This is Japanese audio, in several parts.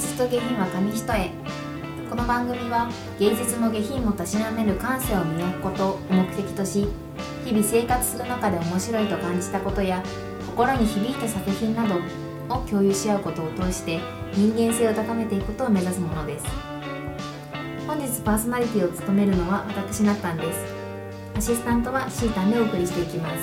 術と下品は紙一重。この番組は芸術も下品もたしなめる感性を磨くことを目的とし、日々生活する中で面白いと感じたことや心に響いた作品などを共有し合うことを通して人間性を高めていくことを目指すものです。本日パーソナリティを務めるのは私なったんです。アシスタントはシータンでお送りしていきます。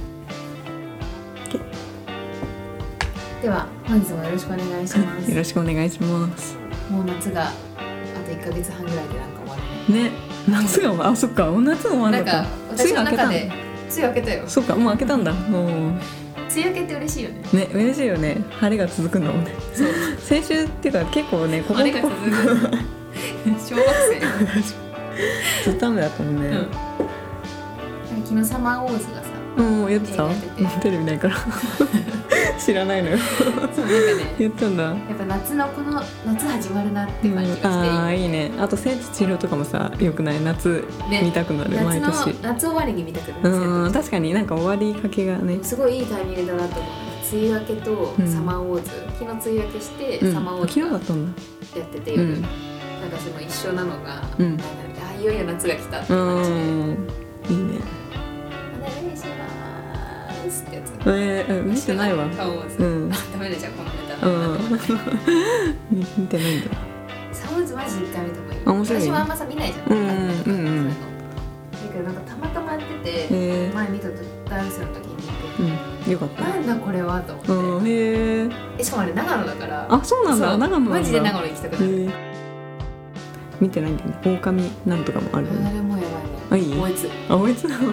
では本日もよろしくお願いします。 よろしくお願いします。 もう夏があと1ヶ月半ぐらいでなんか終わるね。 夏があ、そっか、夏も終わるのか。 なんか私の中で梅雨明けたよ。 そっか、もう明けたんだ。もう梅雨明けって嬉しいよね。 ね、嬉しいよね。晴れが続くんだもんね。 そう。 先週っていうか結構ね、 晴れが続く。小学生。 ずっと雨だったもんね。 昨日サマーウォーズがさ、 やってた？テレビないから知らないのよ。 そうなんかね、 やったんだ。 やっぱ夏始まるなって感じがして、 ああいいね。あと聖地治療とかもさ、よくない？夏見たくなる、ね、毎年。 夏終わりに見たくなる。 確かになんか終わりかけがね。 すごいいいタイミングだなと思う。梅雨明けとサマーウォーズ、昨日梅雨明けしてサマーウォーズがやってて、夜なんかその一緒なのが、いよいよ夏が来たって感じで、いいね。お願いしますってやつ。 見てないわ。 ダメだじゃんこのネタ。 見てないんだ。 サマーウォーズマジで1回見た方がいい。 面白い。 私はあんまさ見ないじゃん。だけどなんかたまたまやってて、前見た大学生の時に見て、 よかった。 なんだこれはと思って。しかもあれ長野だから。 あ、そうなんだ。長野なんだ。 マジで長野行きたくなる。 見てないんだよね。狼なんとかもある。 あれもやばいね。 あ、いい？ おえつ。 あ、おえつなの。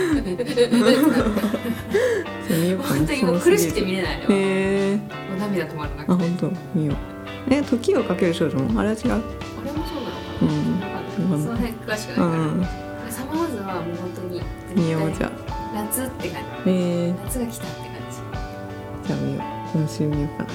本当にもう苦しくて見れないの。もう涙止まらなくて。 あ、本当。見よう。時をかける少女もあれは違う？ あれもそうなのかな。その辺詳しくないから。サマーウォーズはもう本当に見ようじゃ。 夏って感じ。夏が来たって感じ。 じゃあ見よう。今週見ようかな。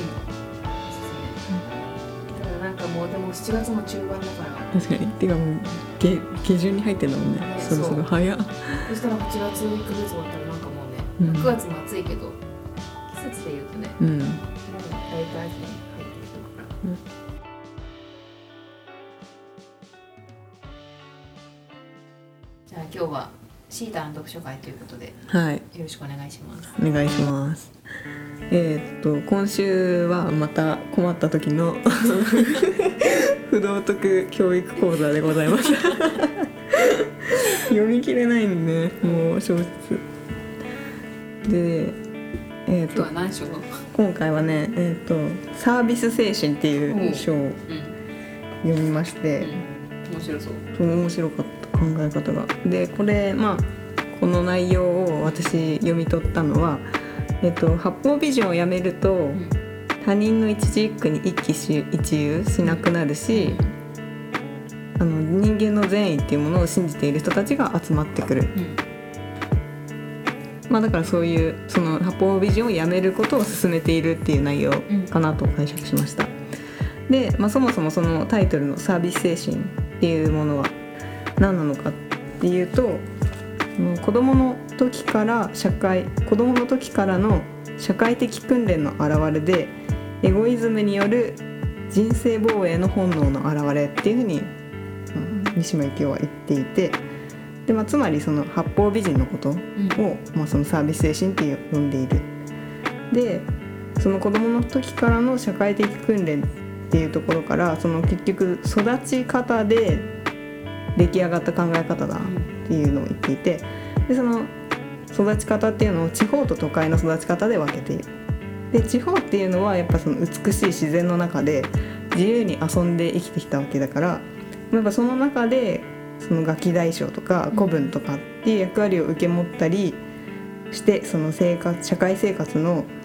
なんかもうでも7月も中盤だから。 確かに。てかもう下旬に入ってんだもんね。そろそろ早っ。 そしたら8月1ヶ月終わったらなんかもうね、9月も暑いけど季節で言うとね、もう大体秋に入ってきてるから。じゃあ今日はシータの読書会ということで、 はい、 よろしくお願いします。 お願いします。今週はまた困った時の不道徳教育講座でございます読み切れないんでね、もう小説で、 今日は何章？ 今回はね、サービス精神っていう章を読みまして、 面白そう。 面白かった考え方が。でこれこの内容を私読み取ったのは、八方美人をやめると、他人の一字一句に一喜一憂しなくなるし、人間の善意っていうものを信じている人たちが集まってくる、だからそういうその八方美人をやめることを進めているっていう内容かなと解釈しました。で、そもそもそのタイトルのサービス精神っていうものは何なのかっていうと、子供の時からの社会的訓練の表れで、エゴイズムによる人生防衛の本能の表れっていうふうに三島由紀夫は言っていて、で、つまりその八方美人のことを、そのサービス精神って呼んでいる。で、その子供の時からの社会的訓練っていうところから、その結局育ち方で出来上がった考え方だっていうのを言っていて、でその育ち方っていうのを地方と都会の育ち方で分けている。で地方っていうのはやっぱその美しい自然の中で自由に遊んで生きてきたわけだから、やっぱその中でそのガキ大将とか子分とかっていう役割を受け持ったりして、その社会生活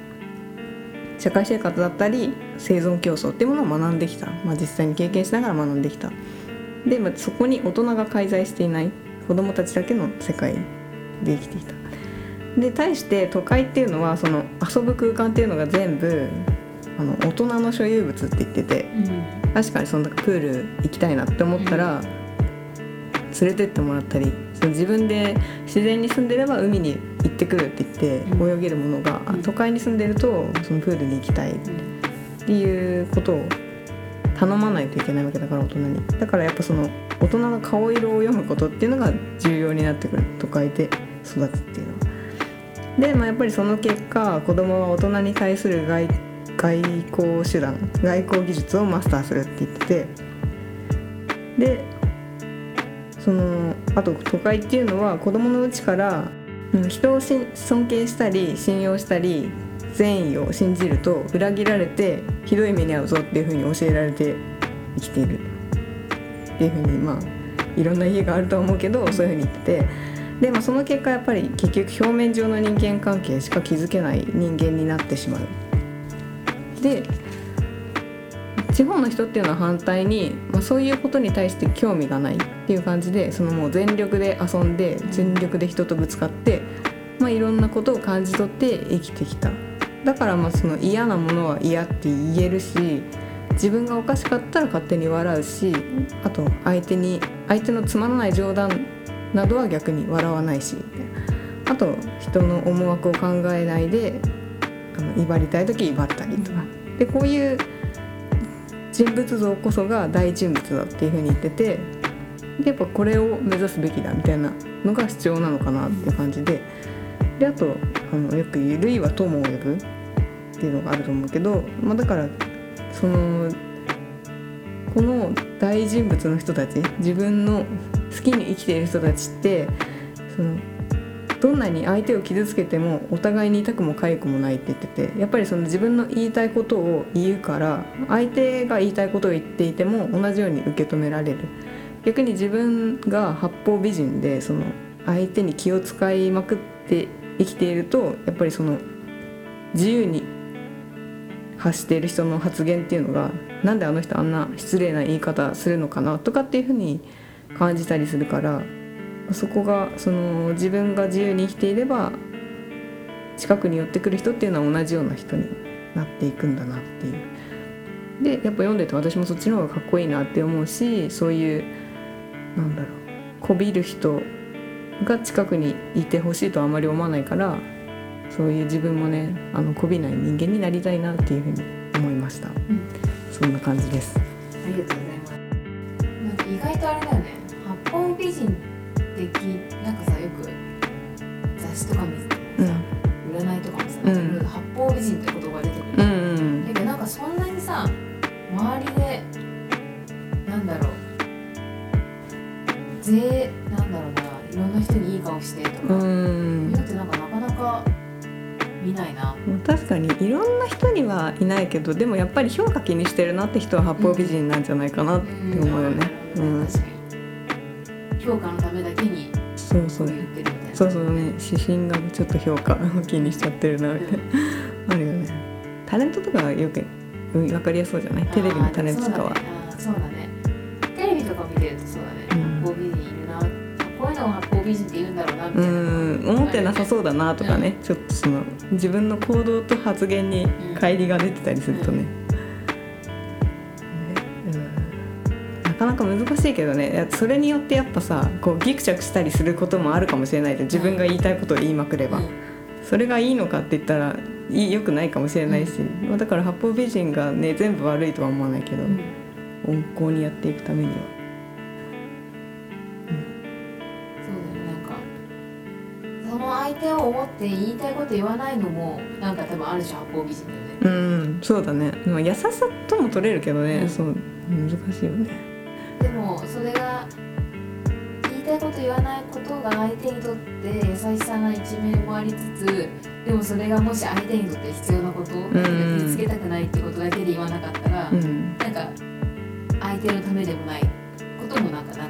だったり生存競争っていうものを学んできた、実際に経験しながら学んできた。で、そこに大人が介在していない子供たちだけの世界で生きてきた。で、対して都会っていうのはその遊ぶ空間っていうのが全部大人の所有物って言ってて、確かにそのプール行きたいなって思ったら連れてってもらったり、その自分で自然に住んでれば海に行ってくるって言って泳げるものが、都会に住んでるとそのプールに行きたいっていうことを頼まないといけないわけだから、大人に。だからやっぱその大人の顔色を読むことっていうのが重要になってくると書いて育つっていうので、やっぱりその結果子供は大人に対する外交手段、外交技術をマスターするって言ってて、であと都会っていうのは子供のうちから人を尊敬したり信用したり善意を信じると裏切られてひどい目に遭うぞっていう風に教えられて生きているっていう風に、いろんな家があるとは思うけどそういう風に言ってて、で、その結果やっぱり結局表面上の人間関係しか築けない人間になってしまう。で、地方の人っていうのは反対に、そういうことに対して興味がないっていう感じで、もう全力で遊んで全力で人とぶつかって、いろんなことを感じ取って生きてきた。だからその嫌なものは嫌って言えるし、自分がおかしかったら勝手に笑うし、あと相手のつまらない冗談などは逆に笑わないし、あと人の思惑を考えないで威張りたい時威張ったりとかで、こういう人物像こそが大人物だっていう風に言ってて、でやっぱこれを目指すべきだみたいなのが主張なのかなっていう感じで、であとよく言う類は友を呼ぶっていうのがあると思うけど、だからこの大人物の人たち、自分の好きに生きている人たちってどんなに相手を傷つけてもお互いに痛くも痒くもないって言ってて、やっぱり自分の言いたいことを言うから相手が言いたいことを言っていても同じように受け止められる。逆に自分が八方美人で相手に気を使いまくって生きていると、やっぱり自由に発している人の発言っていうのが、なんであの人あんな失礼な言い方するのかなとかっていうふうに感じたりするから、そこが自分が自由に生きていれば近くに寄ってくる人っていうのは同じような人になっていくんだなっていう。でやっぱ読んでて私もそっちの方がかっこいいなって思うし、そういうこびる人が近くにいてほしいとはあまり思わないから、そういう自分もねこびない人間になりたいなっていうふうに思いました、そんな感じです。 ありがとうございます。意外とあれだよね、八方美人ってなんかさ、よく雑誌とか見ててさ、占いとかもさ、八方美人って言葉が出てくる、だけどなんかそんなにさ周りでいろんな人にいい顔してとかいうのってなかなか見ないな。 確かにいろんな人にはいないけど、でもやっぱり評価気にしてるなって人は八方美人なんじゃないかなって思うよね。 確かに評価のためだけに言ってるみたいな。 そうね、指針がちょっと評価を気にしちゃってるなみたいな、あるよね。タレントとかよく分かりやすそうじゃない？テレビのタレントとかは。 そうだね。テレビとか見てるとそうだね。八方美人いるな。こういうのを八方美人って言うんだろうなみたいな。 思ってなさそうだなとかね、ちょっと自分の行動と発言に乖離が出てたりするとね、なかなか難しいけどね。それによってやっぱさ、ギクシャクしたりすることもあるかもしれないで、自分が言いたいことを言いまくれば、それがいいのかって言ったら良くないかもしれないし、だから八方美人がね全部悪いとは思わないけど、温厚にやっていくためには、 その相手を思って言いたいこと言わないのも多分ある種八方美人だよね。 そうだね。優しさとも取れるけどね、そう難しいよね。 でもそれが言いたいこと言わないことが相手にとって優しさな一面もありつつ、でもそれがもし相手にとって必要なこと、傷つけたくないってことだけで言わなかったら、相手のためでもないことも中には